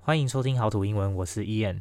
欢迎收听好土英文，我是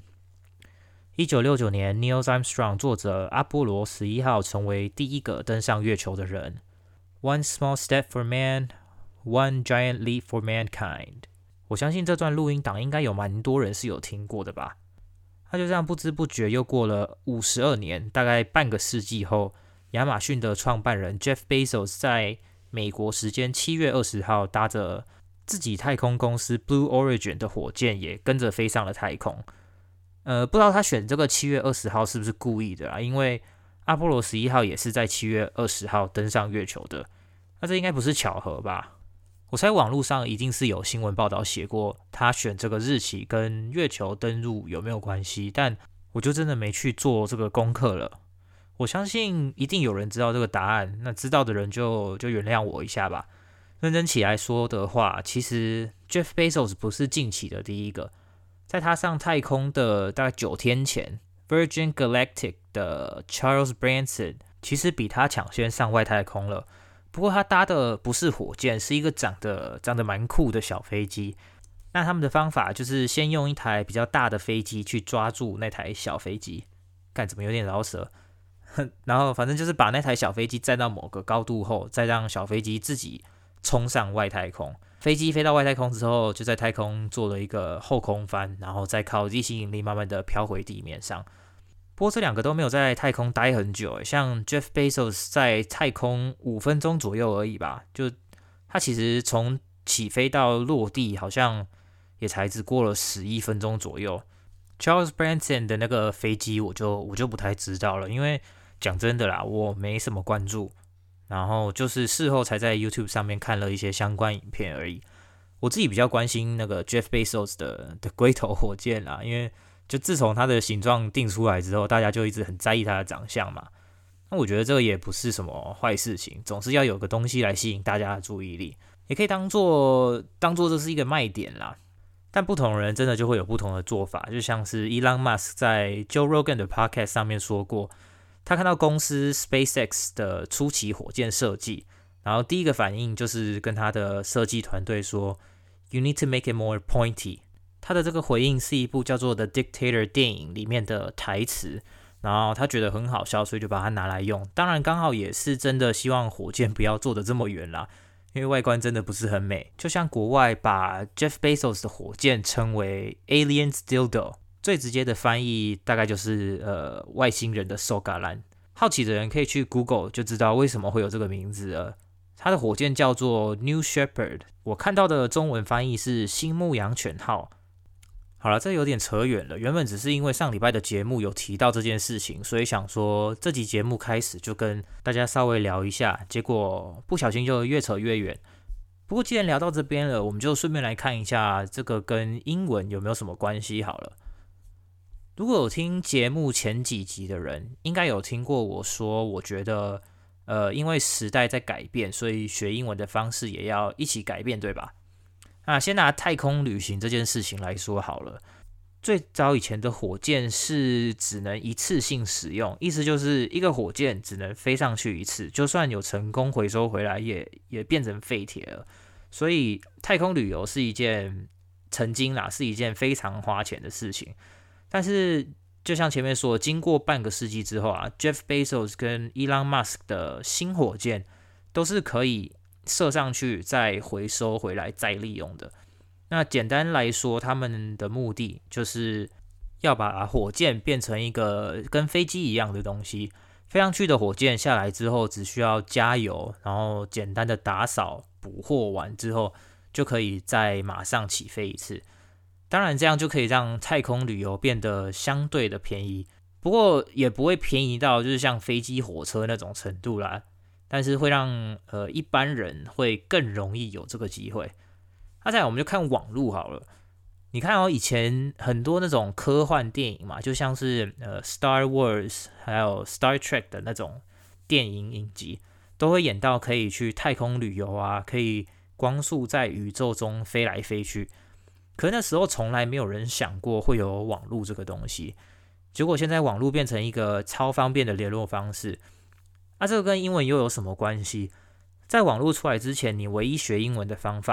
Ian。1969年 ，Neil Armstrong 作者阿波罗11号成为第一个登上月球的人。One small step for man, one giant leap for mankind。我相信这段录音档应该有蛮多人是有听过的吧。他就这样不知不觉又过了52年，大概半个世纪后，亚马逊的创办人 Jeff Bezos 在美国时间7月20号搭着自己太空公司 Blue Origin 的火箭也跟着飞上了太空。不知道他选这个7月20号是不是故意的啊？因为阿波罗11号也是在7月20号登上月球的，那这应该不是巧合吧？我猜网络上一定是有新闻报道写过他选这个日期跟月球登陆有没有关系，但我就真的没去做这个功课了。我相信一定有人知道这个答案，那知道的人就原谅我一下吧。认真起来说的话，其实 Jeff Bezos 不是近期的第一个。在他上太空的大概9天前， Virgin Galactic 的 Charles Branson 其实比他抢先上外太空了。不过他搭的不是火箭，是一个长得蛮酷的小飞机。那他们的方法就是先用一台比较大的飞机去抓住那台小飞机，干怎么有点饶舌？然后反正就是把那台小飞机载到某个高度后，再让小飞机自己冲上外太空。飞机飞到外太空之后，就在太空做了一个后空翻，然后再靠地心引力慢慢的飘回地面上。不过这两个都没有在太空待很久，像 Jeff Bezos 在太空5分钟左右而已吧，就他其实从起飞到落地好像也才只过了11分钟左右。Charles Branson 的那个飞机我就不太知道了，因为讲真的啦，我没什么关注，然后就是事后才在 YouTube 上面看了一些相关影片而已。我自己比较关心那个 Jeff Bezos 的龟头火箭啦，因为就自从它的形状定出来之后，大家就一直很在意它的长相嘛。那我觉得这个也不是什么坏事情，总是要有个东西来吸引大家的注意力，也可以当做这是一个卖点啦。但不同人真的就会有不同的做法，就像是 Elon Musk 在 Joe Rogan 的 Podcast 上面说过，他看到公司 SpaceX 的初期火箭设计，然后第一个反应就是跟他的设计团队说 You need to make it more pointy。 他的这个回应是一部叫做 The Dictator 电影里面的台词，然后他觉得很好笑，所以就把它拿来用。当然刚好也是真的希望火箭不要做得这么远啦，因为外观真的不是很美。就像国外把 Jeff Bezos 的火箭称为 Aliens Dildo， 最直接的翻译大概就是外星人的瘦嘎烂。好奇的人可以去 Google 就知道为什么会有这个名字了。它的火箭叫做 New Shepard， 我看到的中文翻译是新牧羊犬号。好了，这有点扯远了。原本只是因为上礼拜的节目有提到这件事情，所以想说这集节目开始就跟大家稍微聊一下，结果不小心就越扯越远。不过既然聊到这边了，我们就顺便来看一下这个跟英文有没有什么关系好了。如果有听节目前几集的人，应该有听过我说，我觉得因为时代在改变，所以学英文的方式也要一起改变，对吧？那先拿太空旅行这件事情来说好了。最早以前的火箭是只能一次性使用，意思就是一个火箭只能飞上去一次，就算有成功回收回来也变成废铁了。所以太空旅游是一件曾经啦是一件非常花钱的事情。但是就像前面说，经过半个世纪之后啊 ，Jeff Bezos 跟 Elon Musk 的新火箭都是可以射上去再回收回来再利用的。那简单来说，他们的目的就是要把火箭变成一个跟飞机一样的东西。飞上去的火箭下来之后，只需要加油，然后简单的打扫补货完之后，就可以再马上起飞一次。当然这样就可以让太空旅游变得相对的便宜，不过也不会便宜到就是像飞机火车那种程度啦，但是会让一般人会更容易有这个机会。那再来我们就看网路好了。你看以前很多那种科幻电影嘛，就像是Star Wars 还有 Star Trek 的那种电影影集，都会演到可以去太空旅游啊，可以光速在宇宙中飞来飞去。可那时候从来没有人想过会有网路这个东西，结果现在网路变成一个超方便的联络方式。这个跟英文又有什么关系？在网路出来之前，你唯一学英文的方法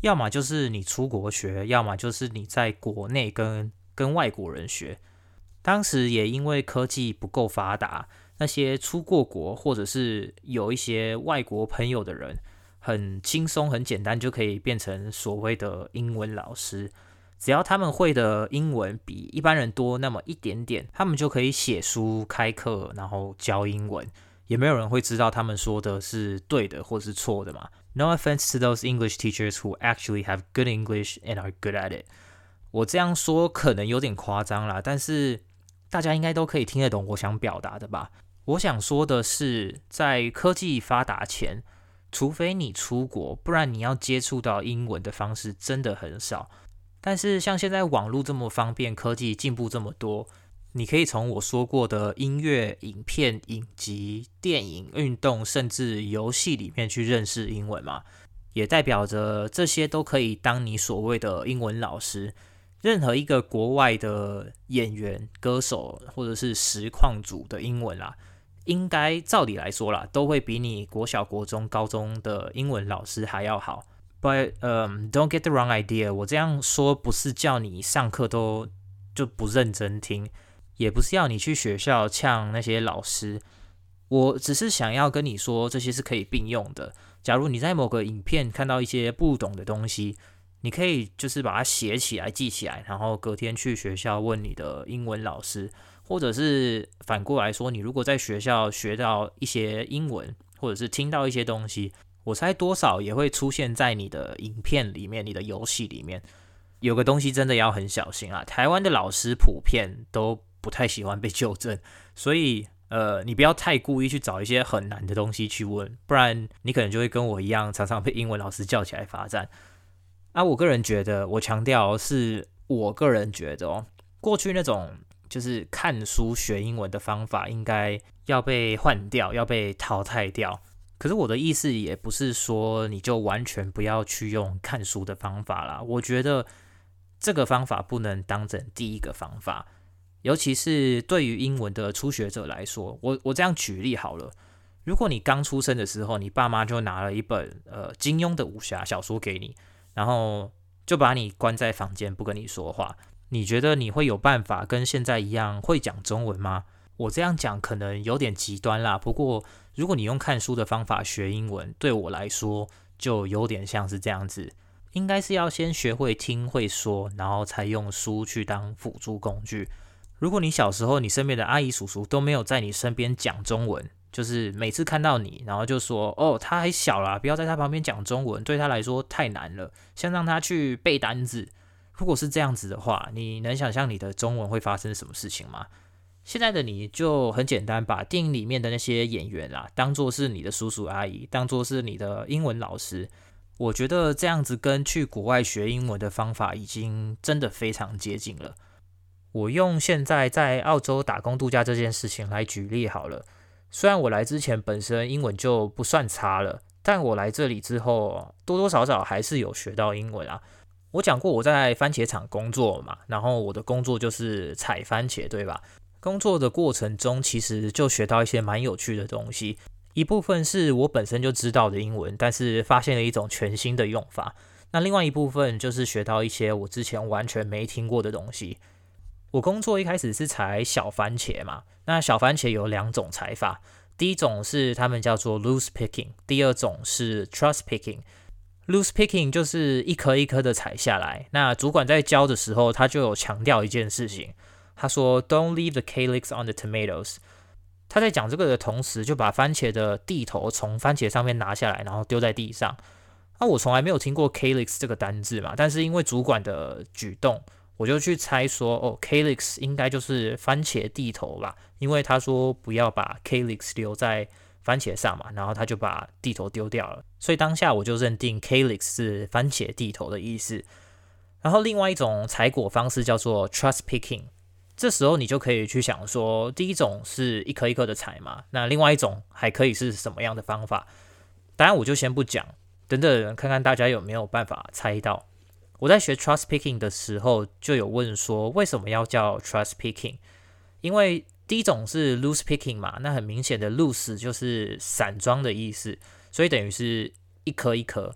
要么就是你出国学，要么就是你在国内跟外国人学。当时也因为科技不够发达，那些出过国或者是有一些外国朋友的人，很轻松很简单就可以变成所谓的英文老师。只要他们会的英文比一般人多那么一点点，他们就可以写书、开课，然后教英文，也没有人会知道他们说的是对的或是错的嘛。No offense to those English teachers who actually have good English and are good at it。我这样说可能有点夸张啦，但是大家应该都可以听得懂我想表达的吧。我想说的是，在科技发达前，除非你出国，不然你要接触到英文的方式真的很少。但是像现在网络这么方便，科技进步这么多，你可以从我说过的音乐、影片、影集、电影、运动，甚至游戏里面去认识英文嘛，也代表着这些都可以当你所谓的英文老师。任何一个国外的演员、歌手或者是实况组的英文啦，应该照理来说啦，都会比你国小、国中、高中的英文老师还要好。But don't get the wrong idea， 我这样说不是叫你上课就不认真听，也不是要你去学校呛那些老师，我只是想要跟你说，这些是可以并用的。假如你在某个影片看到一些不懂的东西，你可以就是把它写起来、记起来，然后隔天去学校问你的英文老师，或者是反过来说，你如果在学校学到一些英文，或者是听到一些东西，我猜多少也会出现在你的影片里面、你的游戏里面。有个东西真的要很小心啊，台湾的老师普遍都不太喜欢被纠正，所以你不要太故意去找一些很难的东西去问，不然你可能就会跟我一样，常常被英文老师叫起来罚站。我个人觉得，我强调是我个人觉得哦，过去那种就是看书学英文的方法应该要被换掉，要被淘汰掉。可是我的意思也不是说你就完全不要去用看书的方法啦，我觉得这个方法不能当成第一个方法，尤其是对于英文的初学者来说，我这样举例好了。如果你刚出生的时候，你爸妈就拿了一本金庸的武侠小说给你，然后就把你关在房间不跟你说话，你觉得你会有办法跟现在一样会讲中文吗？我这样讲可能有点极端啦，不过如果你用看书的方法学英文，对我来说就有点像是这样子，应该是要先学会听会说，然后才用书去当辅助工具。如果你小时候你身边的阿姨叔叔都没有在你身边讲中文，就是每次看到你然后就说哦他还小啦，不要在他旁边讲中文，对他来说太难了，先让他去背单字。如果是这样子的话，你能想象你的中文会发生什么事情吗？现在的你就很简单，把电影里面的那些演员啦，当作是你的叔叔阿姨，当作是你的英文老师。我觉得这样子跟去国外学英文的方法已经真的非常接近了。我用现在在澳洲打工度假这件事情来举例好了。虽然我来之前本身英文就不算差了，但我来这里之后多多少少还是有学到英文啊。我讲过我在番茄厂工作嘛，然后我的工作就是采番茄，对吧？工作的过程中其实就学到一些蛮有趣的东西，一部分是我本身就知道的英文，但是发现了一种全新的用法。那另外一部分就是学到一些我之前完全没听过的东西。我工作一开始是采小番茄嘛，那小番茄有两种采法，第一种是他们叫做 loose picking， 第二种是 truss picking。loose picking 就是一颗一颗的采下来，那主管在教的时候他就有强调一件事情，他说 Don't leave the calyx on the tomatoes。 他在讲这个的同时就把番茄的蒂头从番茄上面拿下来，然后丢在地上。我从来没有听过 calyx 这个单字嘛，但是因为主管的举动，我就去猜说calyx 应该就是番茄蒂头吧，因为他说不要把 calyx 留在番茄上嘛，然后他就把蒂头丢掉了，所以当下我就认定 calyx 是番茄蒂头的意思。然后另外一种采果方式叫做 truss picking， 这时候你就可以去想说，第一种是一颗一颗的采嘛，那另外一种还可以是什么样的方法？当然我就先不讲，等等看看大家有没有办法猜到。我在学 truss picking 的时候就有问说，为什么要叫 truss picking？ 因为第一种是 loose picking 嘛，那很明显的 loose 就是散装的意思，所以等于是一颗一颗。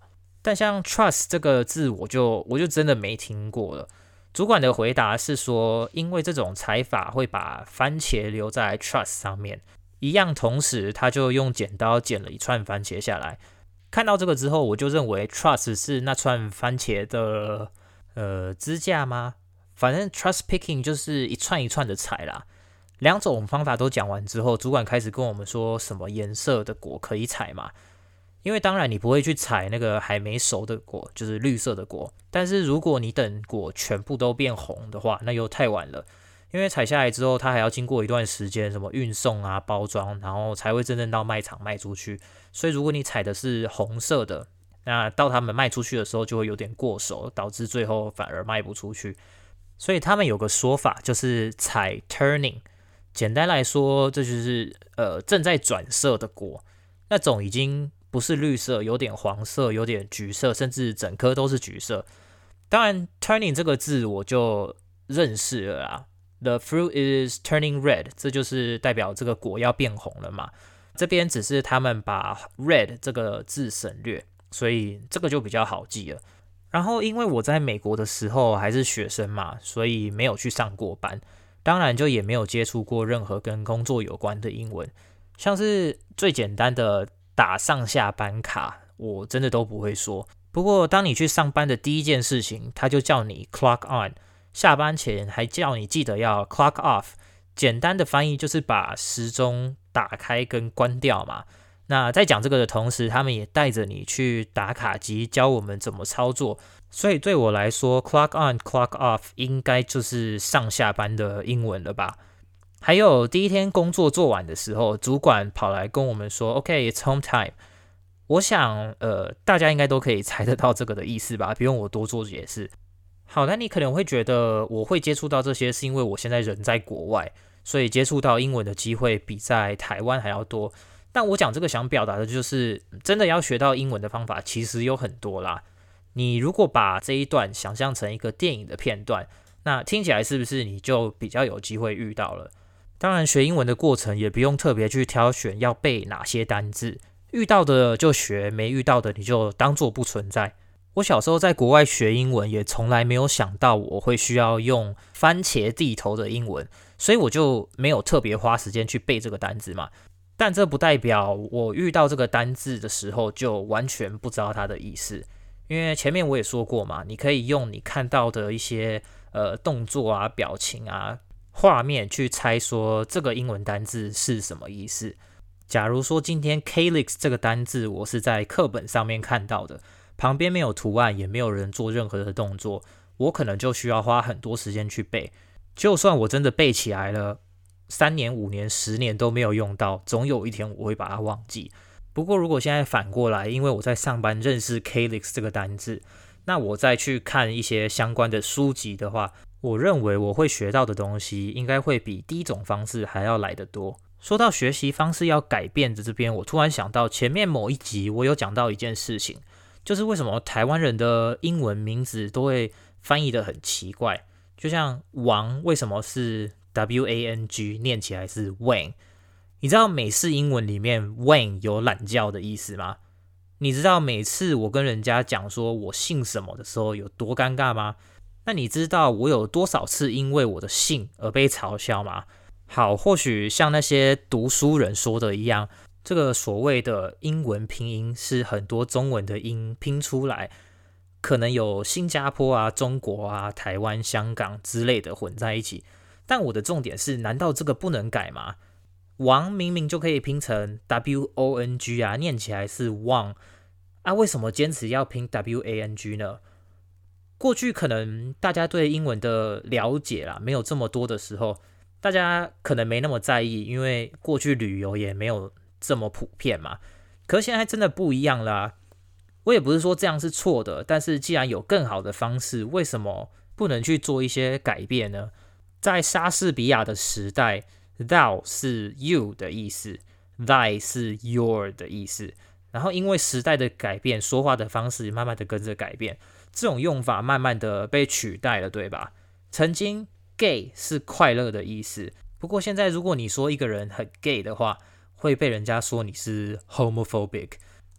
但像 trust 这个字我就真的没听过了。主管的回答是说，因为这种采法会把番茄留在 trust 上面，一样同时他就用剪刀剪了一串番茄下来。看到这个之后，我就认为 trust 是那串番茄的支架吗？反正 trust picking 就是一串一串的采啦。两种方法都讲完之后，主管开始跟我们说什么颜色的果可以采嘛。因为当然你不会去采那个还没熟的果，就是绿色的果。但是如果你等果全部都变红的话，那又太晚了。因为采下来之后，它还要经过一段时间，什么运送啊、包装，然后才会真正到卖场卖出去。所以如果你采的是红色的，那到他们卖出去的时候就会有点过熟，导致最后反而卖不出去。所以他们有个说法，就是采 turning。简单来说，这就是正在转色的果，那种已经不是绿色，有点黄色，有点橘色，甚至整颗都是橘色。当然 turning 这个字我就认识了啦， The fruit is turning red， 这就是代表这个果要变红了嘛。这边只是他们把 red 这个字省略，所以这个就比较好记了。然后因为我在美国的时候还是学生嘛，所以没有去上过班，当然就也没有接触过任何跟工作有关的英文，像是最简单的打上下班卡，我真的都不会说。不过当你去上班的第一件事情，他就叫你 clock on， 下班前还叫你记得要 clock off， 简单的翻译就是把时钟打开跟关掉嘛。那在讲这个的同时，他们也带着你去打卡机教我们怎么操作，所以对我来说 clock on clock off 应该就是上下班的英文了吧。还有第一天工作做完的时候，主管跑来跟我们说 OK it's home time， 我想大家应该都可以猜得到这个的意思吧，不用我多做解释。好，那你可能会觉得我会接触到这些是因为我现在人在国外，所以接触到英文的机会比在台湾还要多。但我讲这个想表达的就是真的要学到英文的方法其实有很多啦。你如果把这一段想象成一个电影的片段，那听起来是不是你就比较有机会遇到了？当然学英文的过程也不用特别去挑选要背哪些单字，遇到的就学，没遇到的你就当作不存在。我小时候在国外学英文，也从来没有想到我会需要用番茄地头的英文，所以我就没有特别花时间去背这个单字嘛。但这不代表我遇到这个单字的时候就完全不知道它的意思，因为前面我也说过嘛，你可以用你看到的一些动作啊、表情啊、画面去猜说这个英文单字是什么意思。假如说今天 calyx 这个单字我是在课本上面看到的，旁边没有图案，也没有人做任何的动作，我可能就需要花很多时间去背。就算我真的背起来了，3年、5年、10年都没有用到，总有一天我会把它忘记。不过如果现在反过来，因为我在上班认识 calyx 这个单字，那我再去看一些相关的书籍的话，我认为我会学到的东西应该会比第一种方式还要来得多。说到学习方式要改变的这边，我突然想到前面某一集我有讲到一件事情，就是为什么台湾人的英文名字都会翻译得很奇怪，就像王为什么是 W-A-N-G 念起来是 Wang， 你知道美式英文里面 Wang 有懒觉的意思吗？你知道每次我跟人家讲说我姓什么的时候有多尴尬吗？那你知道我有多少次因为我的姓而被嘲笑吗？好，或许像那些读书人说的一样，这个所谓的英文拼音是很多中文的音拼出来，可能有新加坡啊、中国啊、台湾、香港之类的混在一起。但我的重点是，难道这个不能改吗？王明明就可以拼成 W-O-N-G 啊，念起来是 Wang 啊，为什么坚持要拼 W-A-N-G 呢？过去可能大家对英文的了解啦没有这么多的时候，大家可能没那么在意，因为过去旅游也没有这么普遍嘛。可是现在真的不一样啦。我也不是说这样是错的，但是既然有更好的方式，为什么不能去做一些改变呢？在莎士比亚的时代， thou 是 you 的意思， thy 是 your 的意思，然后因为时代的改变，说话的方式慢慢的跟着改变，这种用法慢慢的被取代了，对吧？曾经 gay 是快乐的意思，不过现在如果你说一个人很 gay 的话，会被人家说你是 homophobic。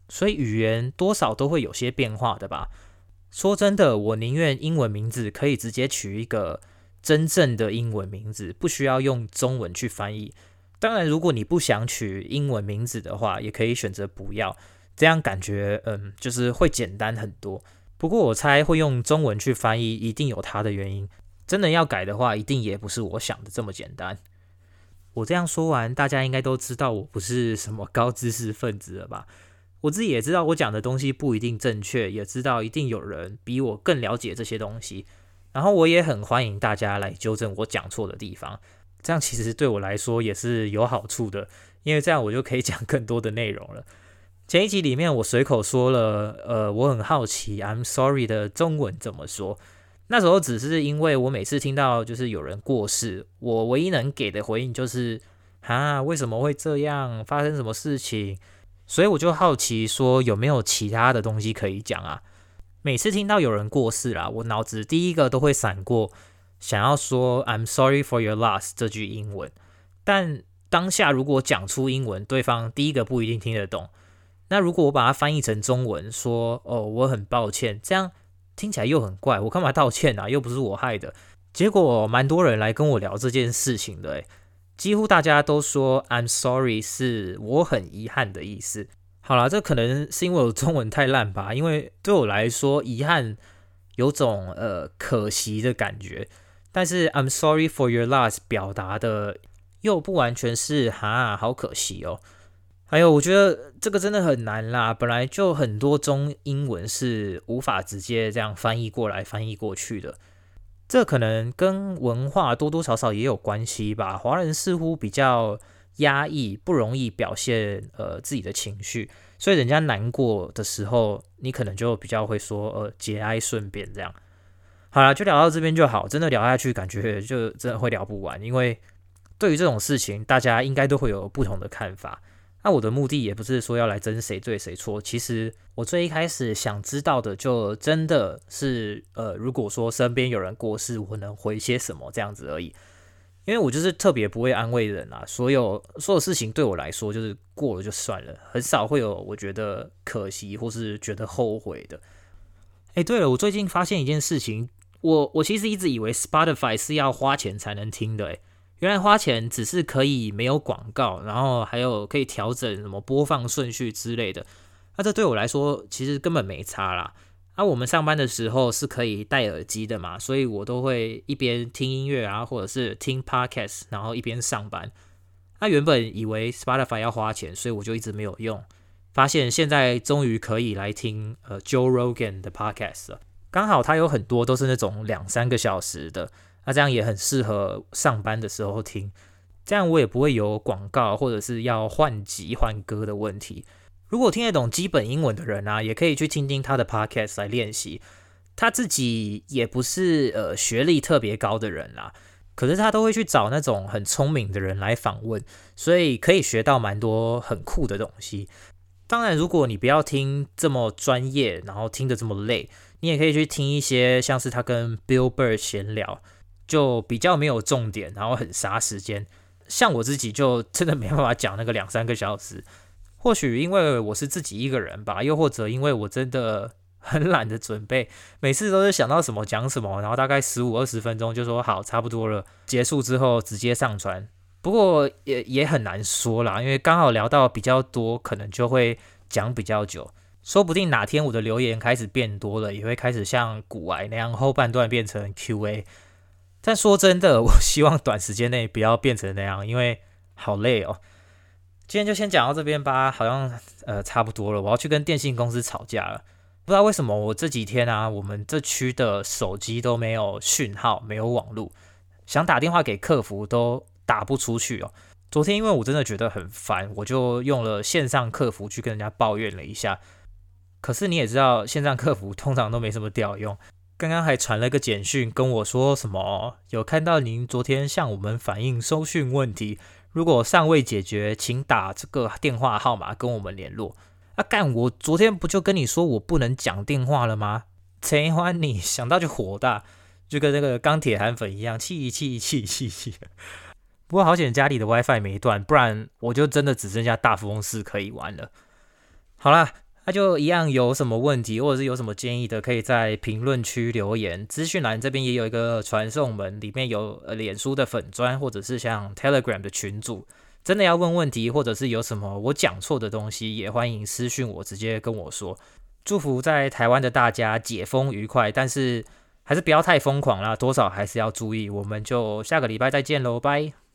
所以语言多少都会有些变化的吧。说真的，我宁愿英文名字可以直接取一个真正的英文名字，不需要用中文去翻译。当然，如果你不想取英文名字的话，也可以选择不要，这样感觉就是会简单很多。不过我猜会用中文去翻译，一定有它的原因。真的要改的话，一定也不是我想的这么简单。我这样说完，大家应该都知道我不是什么高知识分子了吧？我自己也知道我讲的东西不一定正确，也知道一定有人比我更了解这些东西。然后我也很欢迎大家来纠正我讲错的地方，这样其实对我来说也是有好处的，因为这样我就可以讲更多的内容了。前一集里面我随口说了，我很好奇 I'm sorry 的中文怎么说。那时候只是因为我每次听到就是有人过世，我唯一能给的回应就是为什么会这样，发生什么事情，所以我就好奇说有没有其他的东西可以讲啊。每次听到有人过世啦，我脑子第一个都会闪过想要说 I'm sorry for your loss 这句英文，但当下如果讲出英文，对方第一个不一定听得懂。那如果我把它翻译成中文说我很抱歉，这样听起来又很怪，我干嘛道歉啊？又不是我害的。结果蛮多人来跟我聊这件事情的，几乎大家都说 I'm sorry 是我很遗憾的意思。好啦，这可能是因为我中文太烂吧，因为对我来说遗憾有种可惜的感觉，但是 I'm sorry for your loss 表达的又不完全是好可惜哦。还有我觉得这个真的很难啦，本来就很多中英文是无法直接这样翻译过来翻译过去的，这可能跟文化多多少少也有关系吧。华人似乎比较压抑，不容易表现自己的情绪，所以人家难过的时候，你可能就比较会说节哀顺变这样。好啦，就聊到这边就好，真的聊下去感觉就真的会聊不完，因为对于这种事情大家应该都会有不同的看法。那我的目的也不是说要来争谁对谁错，其实我最一开始想知道的就真的是如果说身边有人过世，我能回些什么这样子而已。因为我就是特别不会安慰人啊，所有事情对我来说就是过了就算了，很少会有我觉得可惜或是觉得后悔的。对了，我最近发现一件事情，我其实一直以为 Spotify 是要花钱才能听的，原来花钱只是可以没有广告，然后还有可以调整什么播放顺序之类的。那这对我来说其实根本没差啦。我们上班的时候是可以戴耳机的嘛，所以我都会一边听音乐啊，或者是听 podcast， 然后一边上班。原本以为 Spotify 要花钱，所以我就一直没有用。发现现在终于可以来听Joe Rogan 的 podcast 了，刚好他有很多都是那种2-3个小时的。这样也很适合上班的时候听，这样我也不会有广告或者是要换集换歌的问题。如果听得懂基本英文的人也可以去听听他的 podcast 来练习。他自己也不是学历特别高的人啦，可是他都会去找那种很聪明的人来访问，所以可以学到蛮多很酷的东西。当然如果你不要听这么专业，然后听得这么累，你也可以去听一些像是他跟 Bill Burr 闲聊，就比较没有重点，然后很杀时间。像我自己就真的没办法讲那个2-3个小时，或许因为我是自己一个人吧，又或者因为我真的很懒得准备，每次都是想到什么讲什么，然后大概15-20分钟就说好差不多了，结束之后直接上传。不过也很难说啦，因为刚好聊到比较多，可能就会讲比较久。说不定哪天我的留言开始变多了，也会开始像股癌那样后半段变成 QA。但说真的，我希望短时间内不要变成那样，因为好累哦。今天就先讲到这边吧，好像差不多了，我要去跟电信公司吵架了。不知道为什么我这几天我们这区的手机都没有讯号，没有网路，想打电话给客服都打不出去哦。昨天因为我真的觉得很烦，我就用了线上客服去跟人家抱怨了一下。可是你也知道，线上客服通常都没什么屌用。刚刚还传了个简讯跟我说什么有看到您昨天向我们反映收讯问题，如果尚未解决，请打这个电话号码跟我们联络。干，我昨天不就跟你说我不能讲电话了吗？谁欢你想到就火大，就跟那个钢铁韩粉一样，气。不过好险家里的 WiFi 没断，不然我就真的只剩下大富翁4可以玩了。好啦， 那就一样有什么问题或者是有什么建议的，可以在评论区留言。资讯栏这边也有一个传送门，里面有脸书的粉专或者是像 Telegram 的群组。真的要问问题或者是有什么我讲错的东西，也欢迎私讯我直接跟我说。祝福在台湾的大家解封愉快，但是还是不要太疯狂啦，多少还是要注意。我们就下个礼拜再见喽，拜。